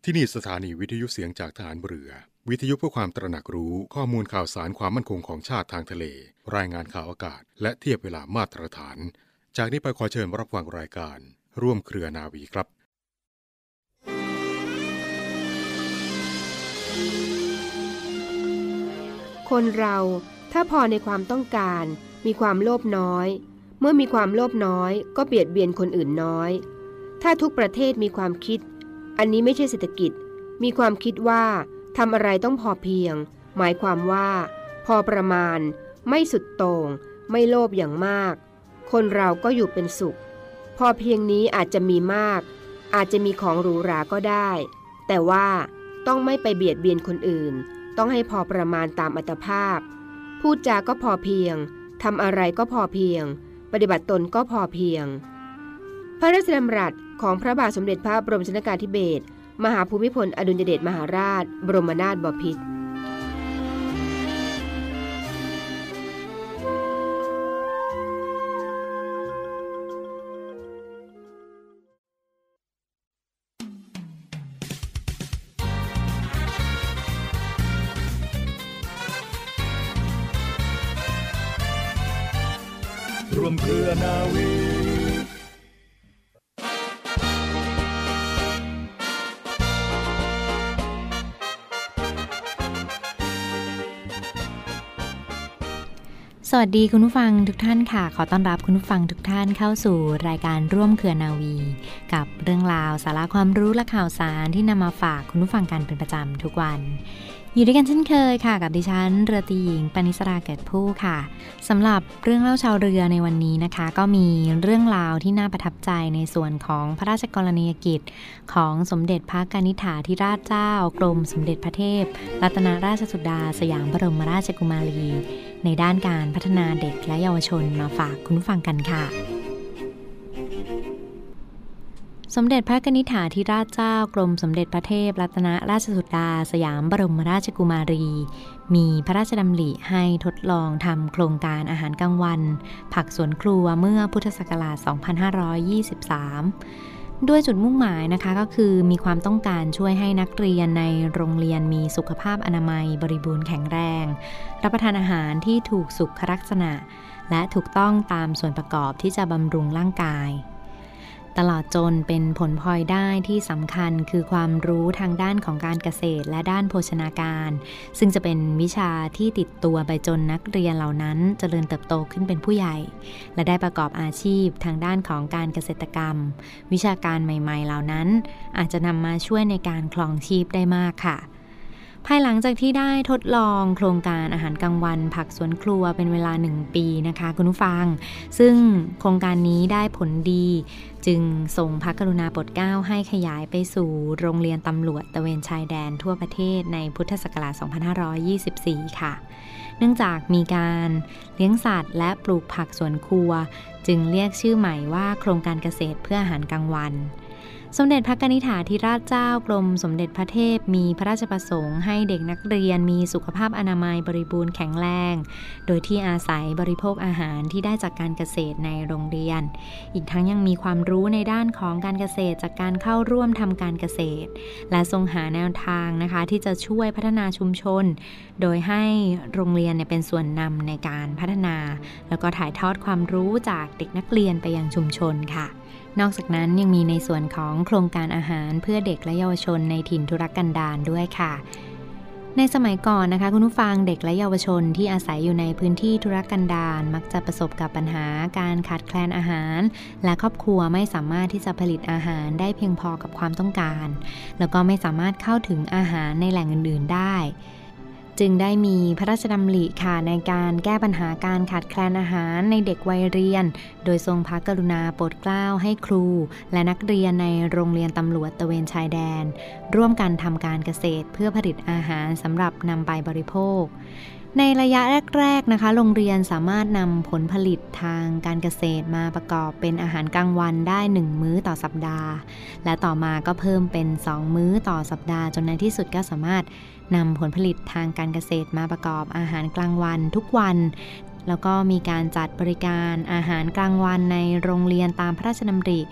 ที่นี่สถานีวิทยุเสียงจากทหารเรือวิทยุเพื่อความตระหนักรู้ข้อมูลข่าวสารความมั่นคงของชาติทางทะเลรายงานข่าวอากาศและเทียบเวลามาตรฐานจากนี้ไปขอเชิญรับฟังรายการร่วมเครือนาวีครับคนเราถ้าพอในความต้องการมีความโลภน้อยเมื่อมีความโลภน้อยก็เบียดเบียนคนอื่นน้อยถ้าทุกประเทศมีความคิดอันนี้ไม่ใช่เศรษฐกิจมีความคิดว่าทำอะไรต้องพอเพียงหมายความว่าพอประมาณไม่สุดโต่งไม่โลภอย่างมากคนเราก็อยู่เป็นสุขพอเพียงนี้อาจจะมีมากอาจจะมีของหรูหราก็ได้แต่ว่าต้องไม่ไปเบียดเบียนคนอื่นต้องให้พอประมาณตามอัตภาพพูดจาก็พอเพียงทำอะไรก็พอเพียงปฏิบัติตนก็พอเพียงพระราชดำรัสของพระบาทสมเด็จพระบรมชนกาธิเบศรมหาภูมิพลอดุลยเดชมหาราชบรมนาถบพิตรรวมเครือนาวีสวัสดีคุณผู้ฟังทุกท่านค่ะขอต้อนรับคุณผู้ฟังทุกท่านเข้าสู่รายการร่วมเครือนาวีกับเรื่องราวสาระความรู้และข่าวสารที่นำมาฝากคุณผู้ฟังกันเป็นประจำทุกวันอยู่ด้วยกันเช่นเคยค่ะกับดิฉันเรือตรีหญิงปณิสราเกิดผู้ค่ะสำหรับเรื่องเล่าชาวเรือในวันนี้นะคะก็มีเรื่องราวที่น่าประทับใจในส่วนของพระราชกรณียกิจของสมเด็จพระกนิษฐาธิราชเจ้ากรมสมเด็จพระเทพรัตนราชสุดาสยามบรมราชกุมารีในด้านการพัฒนาเด็กและเยาวชนมาฝากคุณผู้ฟังกันค่ะสมเด็จพระกนิษฐาธิราชเจ้ากรมสมเด็จพระเทพรัตนราชสุดาสยามบรมราชกุมารีมีพระราชดำริให้ทดลองทำโครงการอาหารกลางวันผักสวนครัวเมื่อพุทธศักราช 2523 ด้วยจุดมุ่งหมายนะคะก็คือมีความต้องการช่วยให้นักเรียนในโรงเรียนมีสุขภาพอนามัยบริบูรณ์แข็งแรงรับประทานอาหารที่ถูกสุขลักษณะและถูกต้องตามส่วนประกอบที่จะบำรุงร่างกายตลอดจนเป็นผลพลอยได้ที่สำคัญคือความรู้ทางด้านของการเกษตรและด้านโภชนาการซึ่งจะเป็นวิชาที่ติดตัวไปจนนักเรียนเหล่านั้นเจริญเติบโตขึ้นเป็นผู้ใหญ่และได้ประกอบอาชีพทางด้านของการเกษตรกรรมวิชาการใหม่ๆเหล่านั้นอาจจะนำมาช่วยในการครองชีพได้มากค่ะภายหลังจากที่ได้ทดลองโครงการอาหารกลางวันผักสวนครัวเป็นเวลา1 ปีนะคะคุณผู้ฟังซึ่งโครงการนี้ได้ผลดีจึงทรงพระกรุณาโปรดเกล้าให้ขยายไปสู่โรงเรียนตำรวจตระเวนชายแดนทั่วประเทศในพุทธศักราช 2524 ค่ะเนื่องจากมีการเลี้ยงสัตว์และปลูกผักสวนครัวจึงเรียกชื่อใหม่ว่าโครงการเกษตรเพื่ออาหารกลางวันสมเด็จพระกนิษฐาธิราชเจ้ากรมสมเด็จพระเทพมีพระราชประสงค์ให้เด็กนักเรียนมีสุขภาพอนามัยบริบูรณ์แข็งแรงโดยที่อาศัยบริโภคอาหารที่ได้จากการเกษตรในโรงเรียนอีกทั้งยังมีความรู้ในด้านของการเกษตรจากการเข้าร่วมทำการเกษตรและทรงหาแนวทางนะคะที่จะช่วยพัฒนาชุมชนโดยให้โรงเรียนเป็นส่วนนำในการพัฒนาแล้วก็ถ่ายทอดความรู้จากเด็กนักเรียนไปยังชุมชนค่ะนอกจากนั้นยังมีในส่วนของโครงการอาหารเพื่อเด็กและเยาวชนในถิ่นทุรกันดารด้วยค่ะในสมัยก่อนนะคะคุณผู้ฟังเด็กและเยาวชนที่อาศัยอยู่ในพื้นที่ทุรกันดารมักจะประสบกับปัญหาการขาดแคลนอาหารและครอบครัวไม่สามารถที่จะผลิตอาหารได้เพียงพอกับความต้องการแล้วก็ไม่สามารถเข้าถึงอาหารในแหล่งอื่นๆได้จึงได้มีพระราชดำริค่ะในการแก้ปัญหาการขาดแคลนอาหารในเด็กวัยเรียนโดยทรงพระกรุณาโปรดเกล้าให้ครูและนักเรียนในโรงเรียนตำรวจตระเวนชายแดนร่วมกันทำการเกษตรเพื่อผลิตอาหารสำหรับนำไปบริโภคในระยะแรกๆนะคะโรงเรียนสามารถนำผลผลิตทางการเกษตรมาประกอบเป็นอาหารกลางวันได้1 มื้อต่อสัปดาห์และต่อมาก็เพิ่มเป็น2 มื้อต่อสัปดาห์จนในที่สุดก็สามารถนำผลผลิตทางการเกษตรมาประกอบอาหารกลางวันทุกวันแล้วก็มีการจัดบริการอาหารกลางวันในโรงเรียนตามพระราชดำริ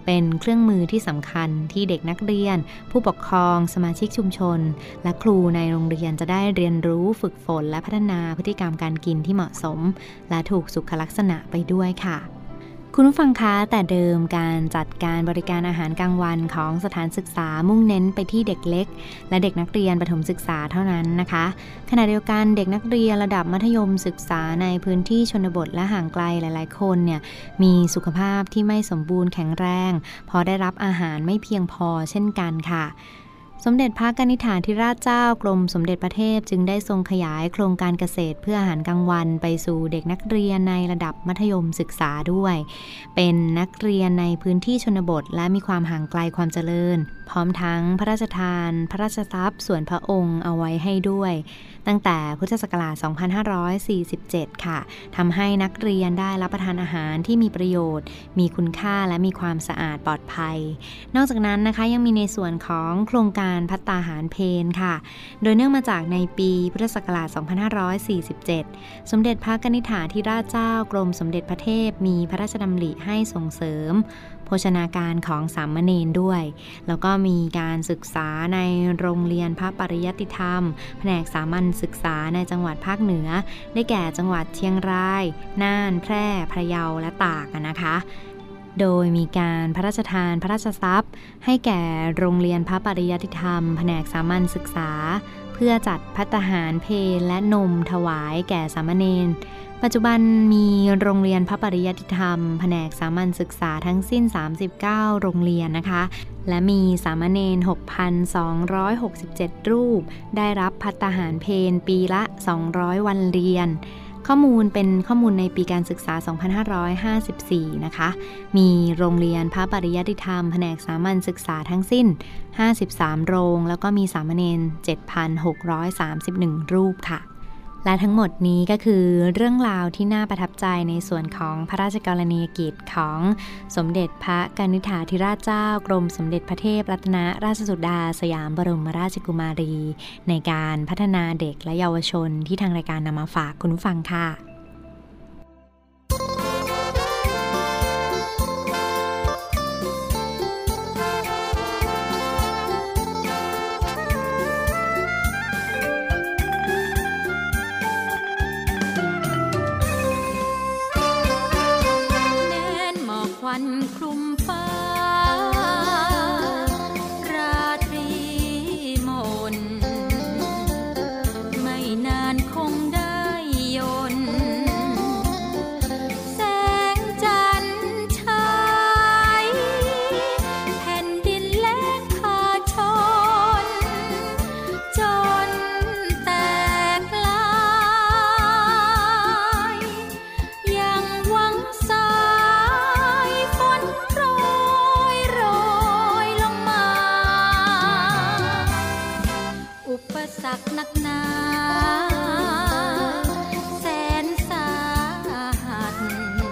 เป็นเครื่องมือที่สำคัญที่เด็กนักเรียนผู้ปกครองสมาชิกชุมชนและครูในโรงเรียนจะได้เรียนรู้ฝึกฝนและพัฒนาพฤติกรรมการกินที่เหมาะสมและถูกสุขลักษณะไปด้วยค่ะคุณผู้ฟังคะแต่เดิมการจัดการบริการอาหารกลางวันของสถานศึกษามุ่งเน้นไปที่เด็กเล็กและเด็กนักเรียนประถมศึกษาเท่านั้นนะคะขณะเดียวกันเด็กนักเรียนระดับมัธยมศึกษาในพื้นที่ชนบทและห่างไกลหลายๆคนเนี่ยมีสุขภาพที่ไม่สมบูรณ์แข็งแรงพอได้รับอาหารไม่เพียงพอเช่นกันค่ะสมเด็จพระกนิษฐาธิราชเจ้ากรมสมเด็จพระเทพจึงได้ทรงขยายโครงการเกษตรเพื่ออาหารกลางวันไปสู่เด็กนักเรียนในระดับมัธยมศึกษาด้วยเป็นนักเรียนในพื้นที่ชนบทและมีความห่างไกลความเจริญพร้อมทั้งพระราชทานพระราชทรัพย์ส่วนพระองค์เอาไว้ให้ด้วยตั้งแต่พุทธศักราช 2547 ค่ะทำให้นักเรียนได้รับประทานอาหารที่มีประโยชน์มีคุณค่าและมีความสะอาดปลอดภัยนอกจากนั้นนะคะยังมีในส่วนของโครงการภัตตาหารเพลค่ะโดยเนื่องมาจากในปีพุทธศักราช 2547 สมเด็จพระกนิษฐาธิราชเจ้ากรมสมเด็จพระเทพมีพระราชดำริให้ส่งเสริมโภชนาการของสามเณรด้วยแล้วก็มีการศึกษาในโรงเรียนพระปริยัติธรรมแผนกสามัญศึกษาในจังหวัดภาคเหนือได้แก่จังหวัดเชียงรายน่านแพร่พะเยาและตากนะคะโดยมีการพระราชทานพระราชทรัพย์ให้แก่โรงเรียนพระปริยัติธรรมแผนกสามัญศึกษาเพื่อจัดภัตตาหารเพลและนมถวายแก่สามเณรปัจจุบันมีโรงเรียนพระปริยัติธรรมแผนกสามัญศึกษาทั้งสิ้น39โรงเรียนนะคะและมีสามเณร 6,267 รูปได้รับภัตตาหารเพลปีละ200วันเรียนข้อมูลเป็นข้อมูลในปีการศึกษา 2554 นะคะมีโรงเรียนพระปริยัติธรรมแผนกสามัญศึกษาทั้งสิ้น53โรงแล้วก็มีสามเณร 7,631 รูปค่ะและทั้งหมดนี้ก็คือเรื่องราวที่น่าประทับใจในส่วนของพระราชกรณียกิจของสมเด็จพระกนิษฐาธิราชเจ้ากรมสมเด็จพระเทพรัตนราชสุดาสยามบรมราชกุมารีในการพัฒนาเด็กและเยาวชนที่ทางรายการนำมาฝากคุณผู้ฟังค่ะคลุมฟ้าราตรีมนไม่นานคงได้ยนแสงจันทร์ฉายแผ่นดินแล้งพาชนจนแตกลายยังหวังสายฝนโปรยโรยลงมาอุปสรรคหนักหนาแสนสาหัส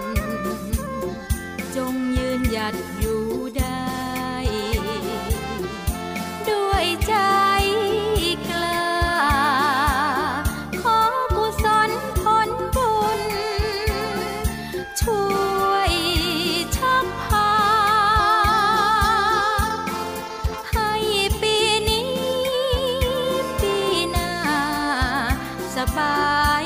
จงยืนหยัดอยู่ได้ด้วยใจกล้าขอกุศลผลบุญช่วยชักพาให้ปีนี้ปีหน้าสบาย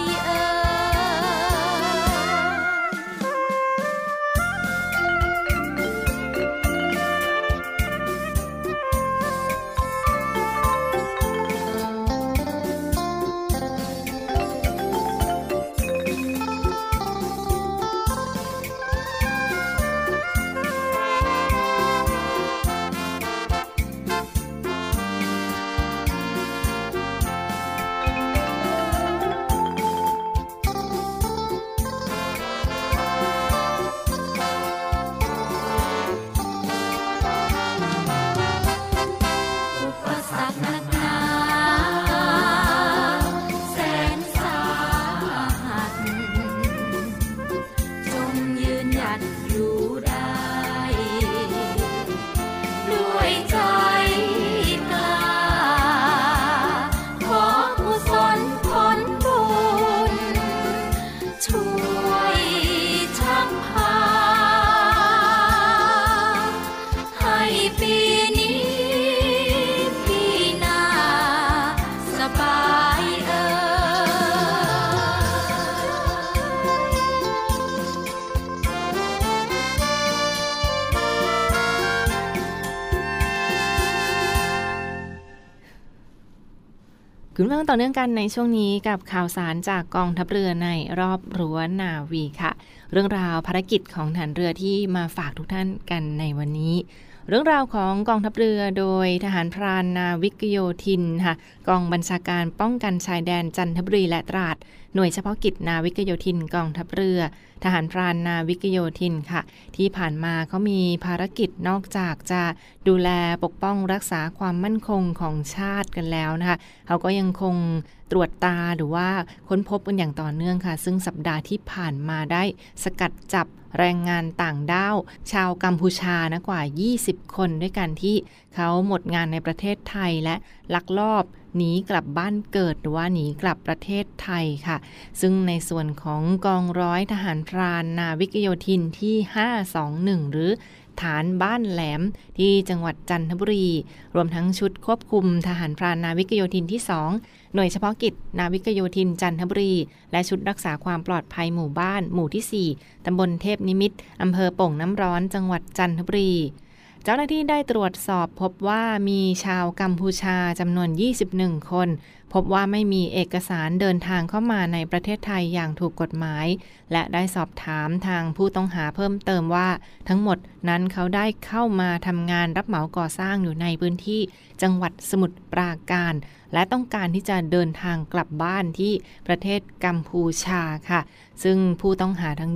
คุณฟังต่อเนื่องกันในช่วงนี้กับข่าวสารจากกองทัพเรือในรอบรั้วนาวีค่ะเรื่องราวภารกิจของทหารเรือที่มาฝากทุกท่านกันในวันนี้เรื่องราวของกองทัพเรือโดยทหารพรานนาวิกโยธินค่ะกองบัญชาการป้องกันชายแดนจันทบุรีและตราดหน่วยเฉพาะกิจนาวิกโยธินกองทัพเรือทหารพรานนาวิกโยธินค่ะที่ผ่านมาเขามีภารกิจนอกจากจะดูแลปกป้องรักษาความมั่นคงของชาติกันแล้วนะคะเขาก็ยังคงตรวจตาหรือว่าค้นพบกันอย่างต่อเนื่องค่ะซึ่งสัปดาห์ที่ผ่านมาได้สกัดจับแรงงานต่างด้าวชาวกัมพูชานะกว่า20คนด้วยกันที่เขาหมดงานในประเทศไทยและลักลอบหนีกลับบ้านเกิดหรือว่าหนีกลับประเทศไทยค่ะซึ่งในส่วนของกองร้อยทหารพรานนาวิกโยธินที่521หรือฐานบ้านแหลมที่จังหวัดจันทบุรีรวมทั้งชุดควบคุมทหารพรานนาวิกโยธินที่2หน่วยเฉพาะกิจนาวิกโยธินจันทบุรีและชุดรักษาความปลอดภัยหมู่บ้านหมู่ที่4ตำบลเทพนิมิตรอำเภอโป่งน้ำร้อนจังหวัดจันทบุรีเจ้าหน้าที่ได้ตรวจสอบพบว่ามีชาวกัมพูชาจำนวน21คนพบว่าไม่มีเอกสารเดินทางเข้ามาในประเทศไทยอย่างถูกกฎหมายและได้สอบถามทางผู้ต้องหาเพิ่มเติมว่าทั้งหมดนั้นเขาได้เข้ามาทำงานรับเหมาก่อสร้างอยู่ในพื้นที่จังหวัดสมุทรปราการและต้องการที่จะเดินทางกลับบ้านที่ประเทศกัมพูชาค่ะซึ่งผู้ต้องหาทั้ง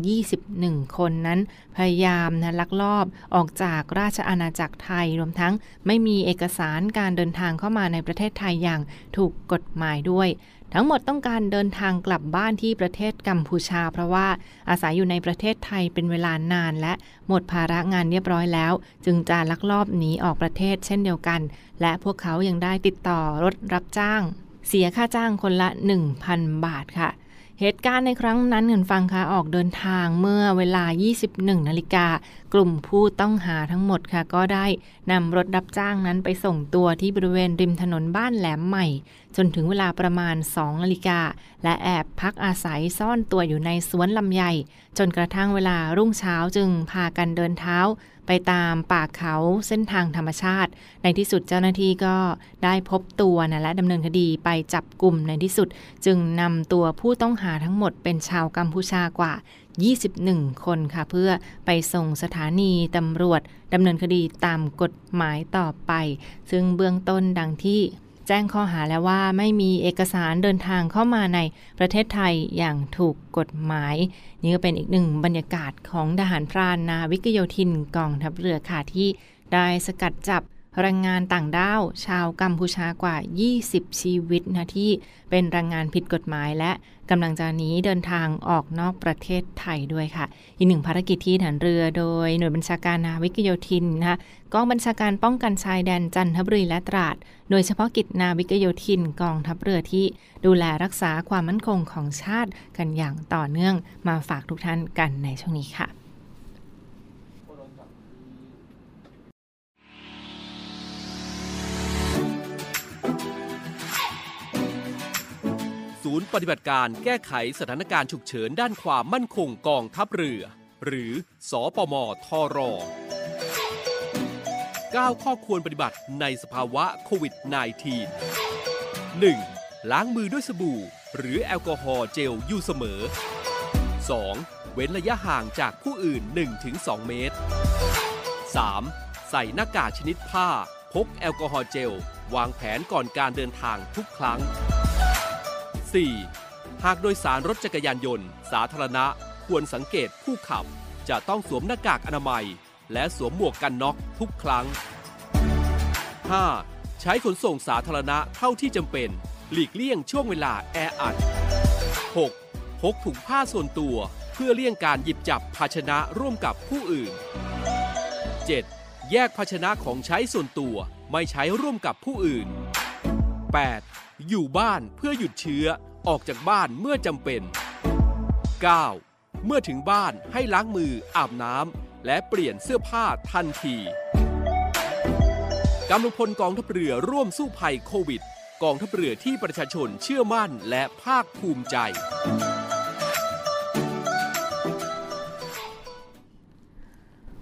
21คนนั้นพยายามลักลอบออกจากราชอาณาจักรไทยรวมทั้งไม่มีเอกสารการเดินทางเข้ามาในประเทศไทยอย่างถูกกฎหมายด้วยทั้งหมดต้องการเดินทางกลับบ้านที่ประเทศกัมพูชาเพราะว่าอาศัยอยู่ในประเทศไทยเป็นเวลานานและหมดภาระงานเรียบร้อยแล้วจึงจะลักลอบหนีออกประเทศเช่นเดียวกันและพวกเขายังได้ติดต่อรถรับจ้างเสียค่าจ้างคนละ 1,000 บาทค่ะเหตุการณ์ในครั้งนั้นเงินฟังค่ะออกเดินทางเมื่อเวลา 21 นาฬิกากลุ่มผู้ต้องหาทั้งหมดค่ะก็ได้นำรถรับจ้างนั้นไปส่งตัวที่บริเวณริมถนนบ้านแหลมใหม่จนถึงเวลาประมาณ 2 นาฬิกาและแอบพักอาศัยซ่อนตัวอยู่ในสวนลำไยจนกระทั่งเวลารุ่งเช้าจึงพากันเดินเท้าไปตามป่าเขาเส้นทางธรรมชาติในที่สุดเจ้าหน้าที่ก็ได้พบตัวและดำเนินคดีไปจับกลุ่มในที่สุดจึงนำตัวผู้ต้องหาทั้งหมดเป็นชาวกัมพูชากว่า21คนค่ะเพื่อไปส่งสถานีตำรวจดำเนินคดีตามกฎหมายต่อไปซึ่งเบื้องต้นดังที่แจ้งข้อหาแล้วว่าไม่มีเอกสารเดินทางเข้ามาในประเทศไทยอย่างถูกกฎหมายนี่ก็เป็นอีกหนึ่งบรรยากาศของทหารพรานนาวิกโยธินกองทัพเรือค่ะที่ได้สกัดจับแรงงานต่างด้าวชาวกัมพูชากว่า20ชีวิตนะที่เป็นแรงงานผิดกฎหมายและกำลังจะหนีเดินทางออกนอกประเทศไทยด้วยค่ะอีกหนึ่งภารกิจที่ทหารเรือโดยหน่วยบัญชาการนาวิกโยธินนะคะกองบัญชาการป้องกันชายแดนจันทบุรีและตราดโดยเฉพาะกิจนาวิกโยธินกองทัพเรือที่ดูแลรักษาความมั่นคงของชาติกันอย่างต่อเนื่องมาฝากทุกท่านกันในช่วงนี้ค่ะศูนย์ปฏิบัติการแก้ไขสถานการณ์ฉุกเฉินด้านความมั่นคงกองทัพเรือหรือสปมทร9 ข้อควรปฏิบัติในสภาวะโควิด -19 1. ล้างมือด้วยสบู่หรือแอลกอฮอล์เจลอยู่เสมอ 2. เว้นระยะห่างจากผู้อื่น 1-2 เมตร 3. ใส่หน้ากากชนิดผ้าพกแอลกอฮอล์เจลวางแผนก่อนการเดินทางทุกครั้ง4. หากโดยสารรถจักรยานยนต์สาธารณะควรสังเกตผู้ขับจะต้องสวมหน้ากากอนามัยและสวมหมวกกันน็อกทุกครั้ง 5. ใช้ขนส่งสาธารณะเท่าที่จำเป็นหลีกเลี่ยงช่วงเวลาแออัด 6. พกถุงผ้าส่วนตัวเพื่อเลี่ยงการหยิบจับภาชนะร่วมกับผู้อื่น 7. แยกภาชนะของใช้ส่วนตัวไม่ใช้ร่วมกับผู้อื่น 8. อยู่บ้านเพื่อหยุดเชื้อออกจากบ้านเมื่อจำเป็น 9. เมื่อถึงบ้านให้ล้างมืออาบน้ำและเปลี่ยนเสื้อผ้าทันทีกำลังพลกองทัพเรือร่วมสู้ภัยโควิดกองทัพเรือที่ประชาชนเชื่อมั่นและภาคภูมิใจ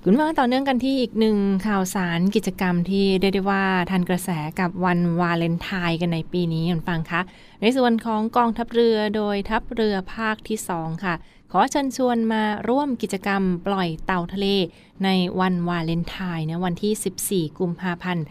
คุณฟังต่อเนื่องกันที่อีกหนึ่งข่าวสารกิจกรรมที่เรียกได้ว่าทันกระแสกับวันวาเลนไทน์กันในปีนี้คุณฟังคะในส่วนของกองทัพเรือโดยทัพเรือภาคที่2ค่ะขอเชิญชวนมาร่วมกิจกรรมปล่อยเต่าทะเลในวันวาเลนไทน์นะวันที่14กุมภาพันธ์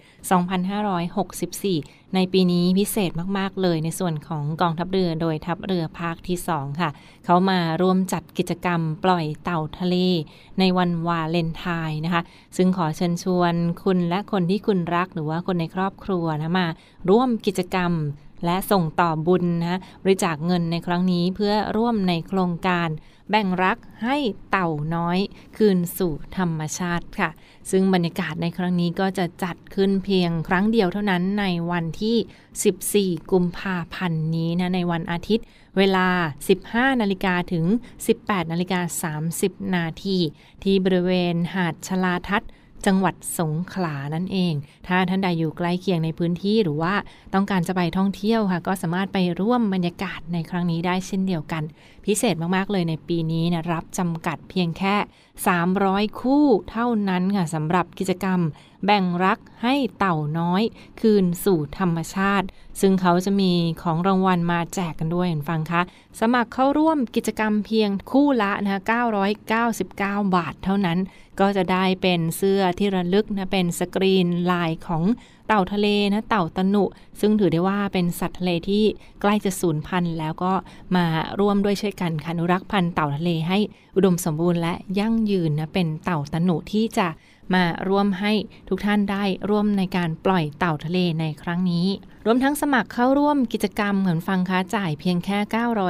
2564ในปีนี้พิเศษมากๆเลยในส่วนของกองทัพเรือโดยทัพเรือภาคที่2ค่ะเขามาร่วมจัดกิจกรรมปล่อยเต่าทะเลในวันวาเลนไทน์นะคะซึ่งขอเชิญชวนคุณและคนที่คุณรักหรือว่าคนในครอบครัวนะมาร่วมกิจกรรมและส่งต่อบุญนะบริจาคเงินในครั้งนี้เพื่อร่วมในโครงการแบ่งรักให้เต่าน้อยคืนสู่ธรรมชาติค่ะซึ่งบรรยากาศในครั้งนี้ก็จะจัดขึ้นเพียงครั้งเดียวเท่านั้นในวันที่14กุมภาพันธ์นี้นะในวันอาทิตย์เวลา 15 นาฬิกาถึง 18 นาฬิกา 30 นาทีที่บริเวณหาดชลาทัศน์จังหวัดสงขลานั่นเองถ้าท่านใดอยู่ใกล้เคียงในพื้นที่หรือว่าต้องการจะไปท่องเที่ยวค่ะก็สามารถไปร่วมบรรยากาศในครั้งนี้ได้เช่นเดียวกันพิเศษมากๆเลยในปีนี้นะรับจำกัดเพียงแค่300คู่เท่านั้นค่ะสำหรับกิจกรรมแบ่งรักให้เต่าน้อยคืนสู่ธรรมชาติซึ่งเขาจะมีของรางวัลมาแจกกันด้วยฟังคะสมัครเข้าร่วมกิจกรรมเพียงคู่ละนะ999 บาทเท่านั้นก็จะได้เป็นเสื้อที่ระลึกนะเป็นสกรีนลายของเต่าทะเลนะเต่าตะหนุซึ่งถือได้ว่าเป็นสัตว์ทะเลที่ใกล้จะสูญพันธุ์แล้วก็มาร่วมด้วยช่วยกันอนุรักษ์พันธุ์เต่าทะเลให้อุดมสมบูรณ์และยั่งยืนนะเป็นเต่าตะหนุที่จะมาร่วมให้ทุกท่านได้ร่วมในการปล่อยเต่าทะเลในครั้งนี้รวมทั้งสมัครเข้าร่วมกิจกรรมเหมือนฟังคะจ่ายเพียงแค่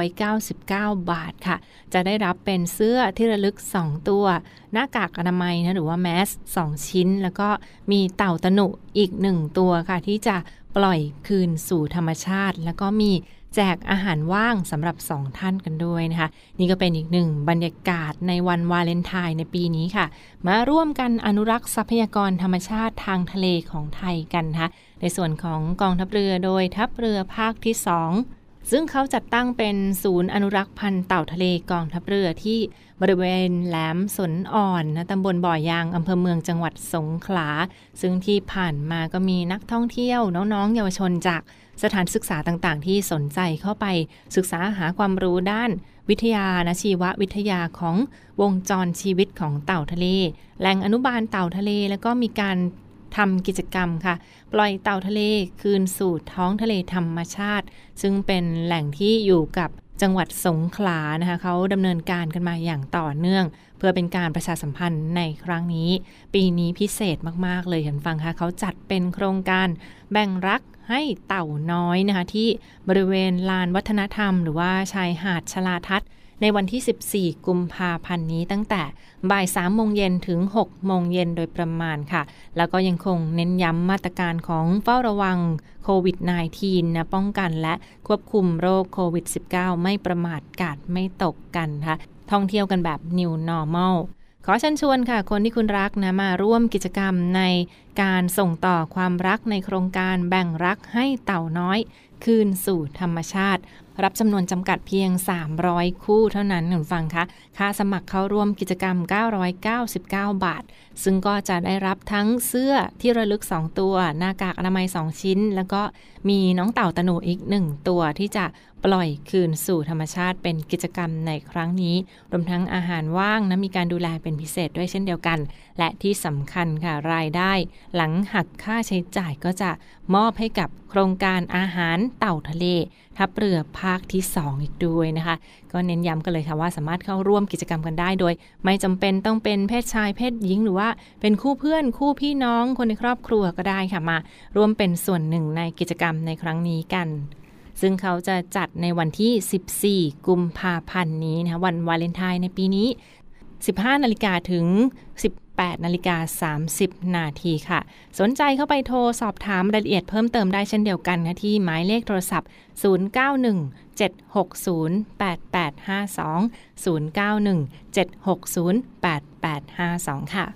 999 บาทค่ะจะได้รับเป็นเสื้อที่ระลึก2ตัวหน้ากากอนามัยนะหรือว่าแมส2ชิ้นแล้วก็มีเต่าตะหนุอีก1ตัวค่ะที่จะปล่อยคืนสู่ธรรมชาติแล้วก็มีแจกอาหารว่างสำหรับ2ท่านกันด้วยนะคะนี่ก็เป็นอีกหนึ่งบรรยากาศในวันวาเลนไทน์ในปีนี้ค่ะมาร่วมกันอนุรักษ์ทรัพยากรธรรมชาติทางทะเลของไทยกันนะคะในส่วนของกองทัพเรือโดยทัพเรือภาคที่2ซึ่งเขาจัดตั้งเป็นศูนย์อนุรักษ์พันธุ์เต่าทะเลกองทัพเรือที่บริเวณแหลมสนอ่อนนะตำบลบ่อยางอำเภอเมืองจังหวัดสงขลาซึ่งที่ผ่านมาก็มีนักท่องเที่ยวน้องๆเยาวชนจากสถานศึกษาต่างๆที่สนใจเข้าไปศึกษาหาความรู้ด้านวิทยาชีววิทยาของวงจรชีวิตของเต่าทะเลแหล่งอนุบาลเต่าทะเลแล้วก็มีการทำกิจกรรมค่ะปล่อยเต่าทะเลคืนสู่ท้องทะเลธรรมชาติซึ่งเป็นแหล่งที่อยู่กับจังหวัดสงขลานะคะเขาดำเนินการกันมาอย่างต่อเนื่องเพื่อเป็นการประชาสัมพันธ์ในครั้งนี้ปีนี้พิเศษมากๆเลยเห็นฟังค่ะเขาจัดเป็นโครงการแบ่งรักให้เต่าน้อยนะคะที่บริเวณลานวัฒนธรรมหรือว่าชายหาดชลาทัศน์ในวันที่14กุมภาพันธ์นี้ตั้งแต่บ่าย3 โมงเย็นถึง6 โมงเย็นโดยประมาณค่ะแล้วก็ยังคงเน้นย้ำมาตรการของเฝ้าระวังโควิด -19 นะป้องกันและควบคุมโรคโควิด -19 ไม่ประมาทกาดไม่ตกกันค่ะท่องเที่ยวกันแบบ New Normal ขอเชิญชวนค่ะคนที่คุณรักนะมาร่วมกิจกรรมในการส่งต่อความรักในโครงการแบ่งรักให้เต่าน้อยคืนสู่ธรรมชาติรับจำนวนจำกัดเพียง300คู่เท่านั้นคุณฟังคะค่าสมัครเข้าร่วมกิจกรรม999 บาทซึ่งก็จะได้รับทั้งเสื้อที่ระลึก2ตัวหน้ากากอนามัย2ชิ้นแล้วก็มีน้องเต่าตะหนุอีก1ตัวที่จะปล่อยคืนสู่ธรรมชาติเป็นกิจกรรมในครั้งนี้รวมทั้งอาหารว่างนะมีการดูแลเป็นพิเศษด้วยเช่นเดียวกันและที่สำคัญค่ะรายได้หลังหักค่าใช้จ่ายก็จะมอบให้กับโครงการอาหารเต่าทะเลทัพเรือภาคที่2อีกด้วยนะคะก็เน้นย้ำกันเลยค่ะว่าสามารถเข้าร่วมกิจกรรมกันได้โดยไม่จำเป็นต้องเป็นเพศชายเพศหญิงหรือว่าเป็นคู่เพื่อนคู่พี่น้องคนในครอบครัวก็ได้ค่ะมาร่วมเป็นส่วนหนึ่งในกิจกรรมในครั้งนี้กันซึ่งเขาจะจัดในวันที่14กุมภาพันธ์นี้นะคะวันวาเลนไทน์ในปีนี้ 15 นาฬิกาถึง 18 นาฬิกา 30 นาทีค่ะสนใจเข้าไปโทรสอบถามรายละเอียดเพิ่มเติมได้เช่นเดียวกันนะที่หมายเลขโทรศัพท์0917608852 ค่ะ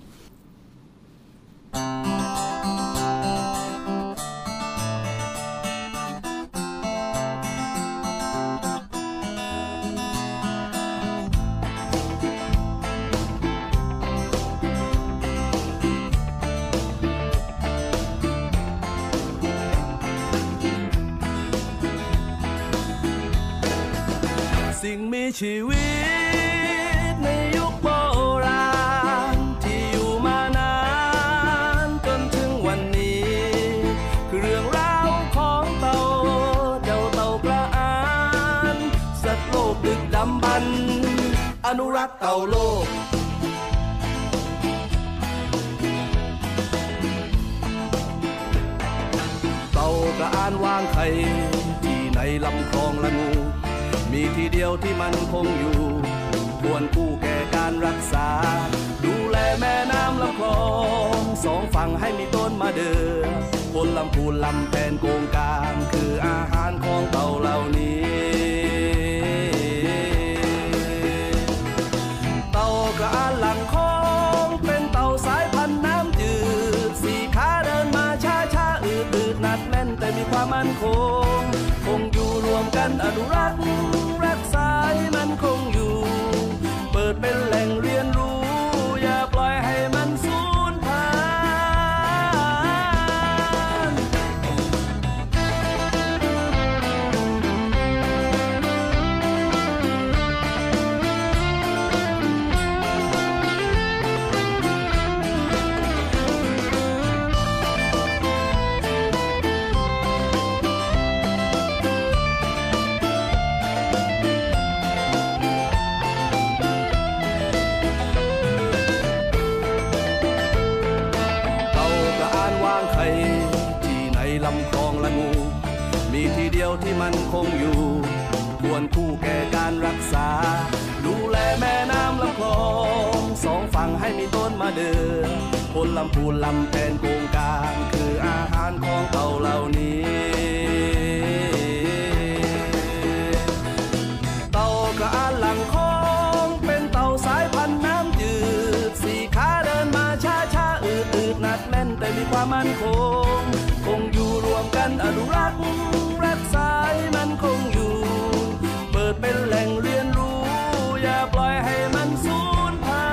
สิ่งมีชีวิตในยุคโบราณที่อยู่มานานจนถึงวันนี้คือเรื่องราวของเต่าเจ้าเต่ากระอานสัตว์โลกดึกดำบรรพ์อนุรักษ์เต่าโลกเต่ากระอานวางไข่ที่ในลำคลองละงูมีทีเดียวที่มันคงอยู่ควรคู่แก่การรักษาดูแลแม่น้ำลำคลองสองฝั่งให้มีต้นมะเดื่อคนลำพูนลำแพนโกงกลางคืออาหารของเต่าเหล่านี้เต่ากระอานหลังคลองเป็นเต่าสายพันธุ์น้ำจืดสี่ขาเดินมาช้าๆอืดๆหนักแน่นแต่มีความมั่นคงอยู่รวมกันอนุรักษ์รักษาให้มันคงอยู่เปิดเป็นแหล่งเรียนรู้อย่าปล่อยให้มันสูญพันธุ์มีทีเดียวที่มันคงอยู่ควรคู่แก่การรักษาดูแลแม่น้ำลำคลองสองฝั่งให้มีต้นมะเดื่อคนลำพูนลำแพนโกงกลางคืออาหารของเต่าเหล่านี้เต่ากระอานหลังคลองเป็นเต่าสายพันธุ์น้ำจืดสี่ขาเดินมาช้าๆอืดๆหนักแน่นแต่มีความมั่นคงอยู่รวมกันอนุรักษ์รักษาให้มันคงอยู่เปิดเป็นแหล่งเรียนรู้อย่าปล่อยให้มันสูญพั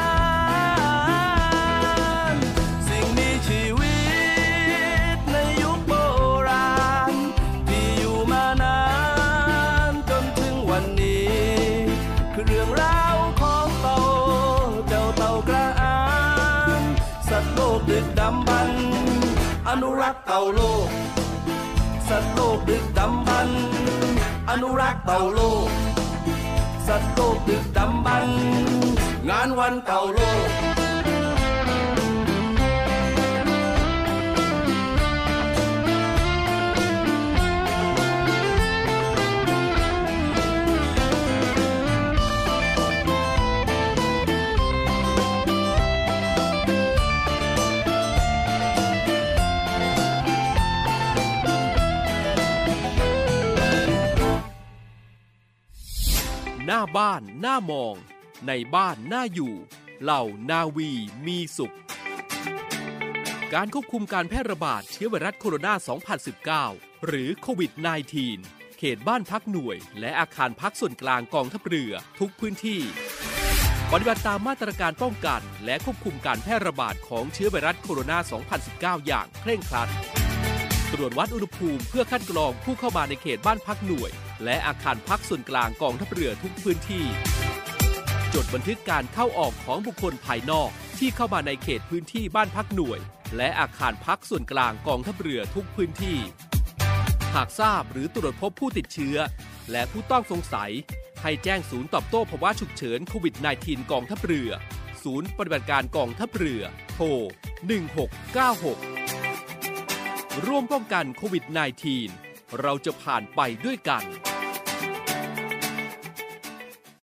นธุ์สิ่งมีชีวิตในยุคโบราณที่อยู่มานานจนถึงวันนี้คือเรื่องราวของเต่าเจ้าเต่ากระอานสัตว์โลกดึกดำบรรพ์อนุรักษ์เต่าโลกสัตว์โลกดึกดำบรรพ์อนุรักษ์เต่าโลกสัตว์โลกดึกดำบรรพ์งานวันเต่าโลกหน้าบ้านหน้ามองในบ้านน่าอยู่เหล่านาวีมีสุขการควบคุมการแพร่ระบาดเชื้อไวรัสโคโรนา 2019 หรือโควิด -19 เขตบ้านพักหน่วยและอาคารพักส่วนกลางกองทัพเรือทุกพื้นที่ปฏิบัติตามมาตรการป้องกันและควบคุมการแพร่ระบาดของเชื้อไวรัสโคโรนา 2019 อย่างเคร่งครัดตรวจวัดอุณหภูมิเพื่อคัดกรองผู้เข้ามาในเขตบ้านพักหน่วยและอาคารพักส่วนกลางกองทัพเรือทุกพื้นที่จดบันทึกการเข้าออกของบุคคลภายนอกที่เข้ามาในเขตพื้นที่บ้านพักหน่วยและอาคารพักส่วนกลางกองทัพเรือทุกพื้นที่หากทราบหรือตรวจพบผู้ติดเชื้อและผู้ต้องสงสัยให้แจ้งศูนย์ตอบโต้ภาวะฉุกเฉินโควิด -19 กองทัพเรือศูนย์ปฏิบัติการกองทัพเรือโทร 1696 ร่วมป้องกันโควิด -19 เราจะผ่านไปด้วยกัน